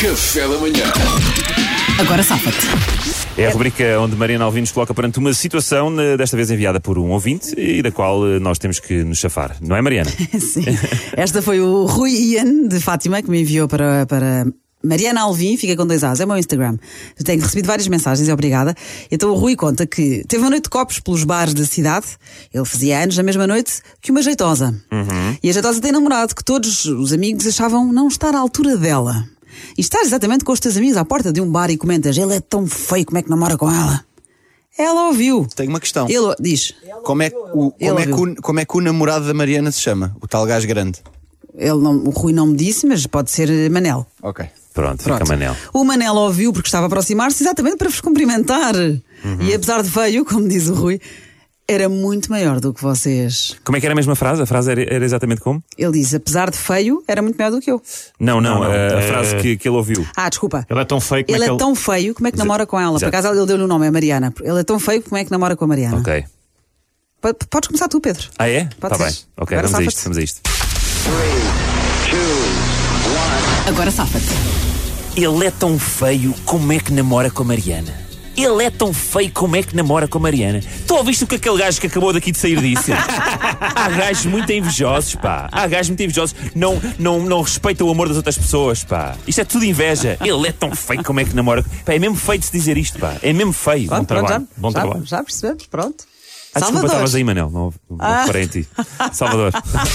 Café da manhã. Agora safa-te. É a rubrica onde Mariana Alvim nos coloca perante uma situação, desta vez enviada por um ouvinte, e da qual nós temos que nos chafar. Não é, Mariana? Sim. Esta foi o Rui Ian, de Fátima, que me enviou para Mariana Alvim, fica com 2 As, é o meu Instagram. Eu tenho recebido várias mensagens, obrigada. Então o Rui conta que teve uma noite de copos pelos bares da cidade. Ele fazia anos na mesma noite que uma jeitosa. E a jeitosa tem namorado que todos os amigos achavam não estar à altura dela. E estás exatamente com os teus amigos à porta de um bar e comentas: ele é tão feio, como é que namora com ela? Ela ouviu. Tenho uma questão. Ele diz. Como é que o namorado da Mariana se chama? O tal gajo grande? O Rui não me disse, mas pode ser Manel. Ok. Pronto, fica Manel. O Manel ouviu porque estava a aproximar-se exatamente para vos cumprimentar. E apesar de feio, como diz o Rui, era muito maior do que vocês. Como é que era a mesma frase? A frase era exatamente como? Ele diz: apesar de feio, era muito maior do que eu. Não, a frase que ele ouviu. Desculpa. Ele é tão feio como Ele é tão feio, como é que namora com ela? Exato. Por acaso ele deu-lhe o nome, é Mariana. Ele é tão feio, como é que namora com a Mariana? Ok. Podes começar tu, Pedro. Ah, é? Pode Tá ser. bem. Ok, Agora vamos a isto. Agora safa-te. Ele é tão feio, como é que namora com a Mariana? Ele é tão feio, como é que namora com a Mariana? Tu ouviste o que aquele gajo que acabou daqui de sair disse? Há gajos muito invejosos, pá. Há gajos muito invejosos. Não respeitam o amor das outras pessoas, pá. Isto é tudo inveja. Ele é tão feio, como é que namora... Pá, é mesmo feio de se dizer isto, pá. É mesmo feio. Bom trabalho. Bom trabalho. Já percebemos, pronto. Desculpa, estavas aí, Manel. Não reparei em ti. Salvador.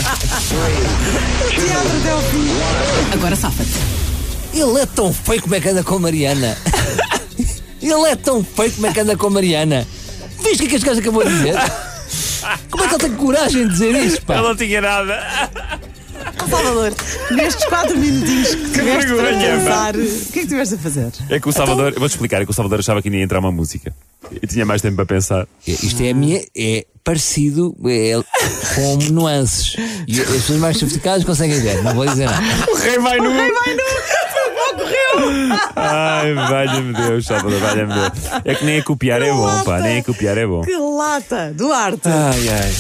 Teatro até ao fim. Agora safa-te. Ele é tão feio, como é que anda com a Mariana? Ele é tão feio, como é que anda com a Mariana? Viste o que este gajo acabou de dizer? Como é que ele tem coragem de dizer isto, pá? Ele não tinha nada. Salvador, nestes 4 minutinhos que tiveste para vergonha, pensar, o que é que estiveste a fazer? É que o Salvador... Eu vou-te explicar. É que o Salvador achava que ainda ia entrar uma música. Eu tinha mais tempo para pensar. Isto é a minha... É parecido com nuances. E as pessoas mais sofisticadas conseguem ver. Não vou dizer nada. O rei vai nu. Ai, valha-me Deus, Salvador, valha-me Deus. É que nem a copiar é bom, pá. Nem a copiar é bom. Que lata! Duarte! Ai.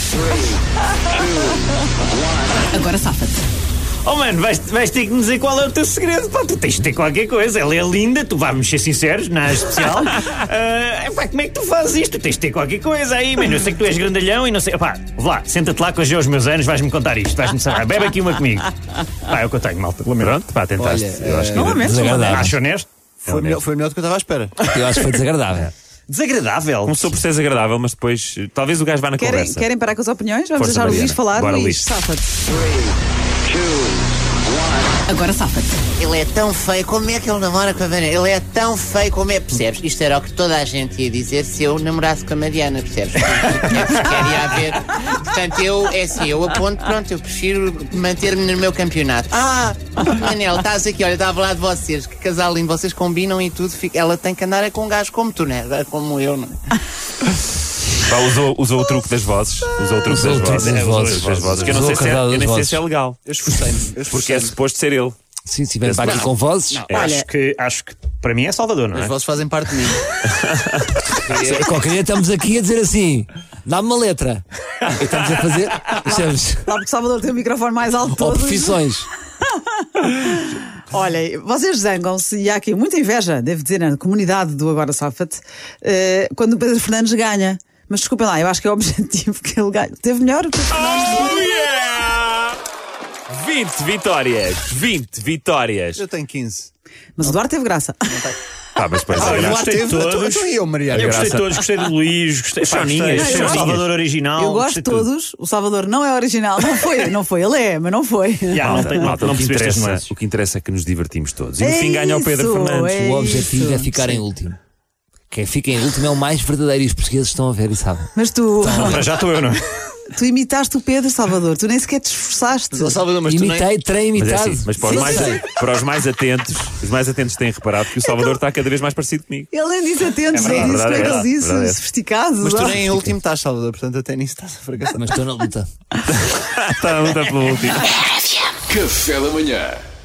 Agora safa-te. Oh mano, vais ter que me dizer qual é o teu segredo, pá. Tu tens de ter qualquer coisa. Ela é linda, tu vamos ser sinceros, não é especial. Pá, como é que tu fazes isto? Tu tens de ter qualquer coisa aí, mano. Eu sei que tu és grandalhão e não sei. Pá, vá lá, senta-te lá que hoje aos meus anos vais-me contar isto. Vais-me saber. Bebe aqui uma comigo. Pá, é o que eu tenho, malta. Pronto, pá, tentaste. Olha, eu acho que não lamento. Acho honesto? Foi melhor do que eu estava à espera. Eu acho que foi desagradável. Desagradável. Começou por ser desagradável, mas depois talvez o gajo vá na conversa. Querem parar com as opiniões? Vamos Força, deixar o Luís Mariana. falar. Bora, Luís, Luís. safa-te. Agora safa-te. Ele é tão feio, como é que ele namora com a Mariana? Ele é tão feio, como é, percebes? Isto era o que toda a gente ia dizer se eu namorasse com a Mariana, percebes? Queria haver. Portanto, eu aponto, pronto, eu prefiro manter-me no meu campeonato. Manel, estás aqui, olha, estava lá de vocês, que casal lindo, vocês combinam e tudo, ela tem que andar com um gajo como tu, né? Como eu, não é? Pá, usou o truque das vozes. Usou o truque das vozes. Que eu não sei se é legal. Eu esforcei-me. Porque é suposto ser ele. Sim, se vem para aqui com vozes. Acho que para mim é Salvador, não é? As vozes fazem parte de mim. Qualquer dia estamos aqui a dizer assim: dá-me uma letra. E estamos a fazer. Percebes? Lá porque Salvador tem o microfone mais alto de Ou todos. profissões. Olha, vocês zangam-se, e há aqui muita inveja, devo dizer, na comunidade do Agora Safa-te, quando o Pedro Fernandes ganha. Mas desculpem lá, eu acho que é o objetivo que ele ganha. Teve melhor o Pedro Fernandes. Oh, yeah! 20 vitórias. Eu tenho 15. Mas o Duarte teve graça. Mas depois eu gostei de todos. Então eu, Mariana. Eu gostei de todos, gostei do Luís, gostei do Salvador original. Eu gosto de todos. O Salvador não é original. Não foi. Ele é, mas não foi. Não percebeste as nuances. O que interessa é que nos divertimos todos. E no fim ganha o Pedro Fernandes. O objetivo é ficar em último. Quem fica em último é o mais verdadeiro e os portugueses estão a ver e sabem. Mas tu Já estou eu, não é? Tu imitaste o Pedro, Salvador. Tu nem sequer te esforçaste. Salvador, mas Imitei, terei Mas é imitado. assim, mas para os mais atentos, os mais atentos têm reparado que o Salvador está cada vez mais parecido comigo. Ele nem disse atentos. É verdade, Ele disse, como é que verdade, ele disse? verdade. Sofisticado. Mas tu nem em último estás, Salvador, portanto até nisso estás a fracassar. Mas estou na luta. Está a luta pelo último. Café da manhã.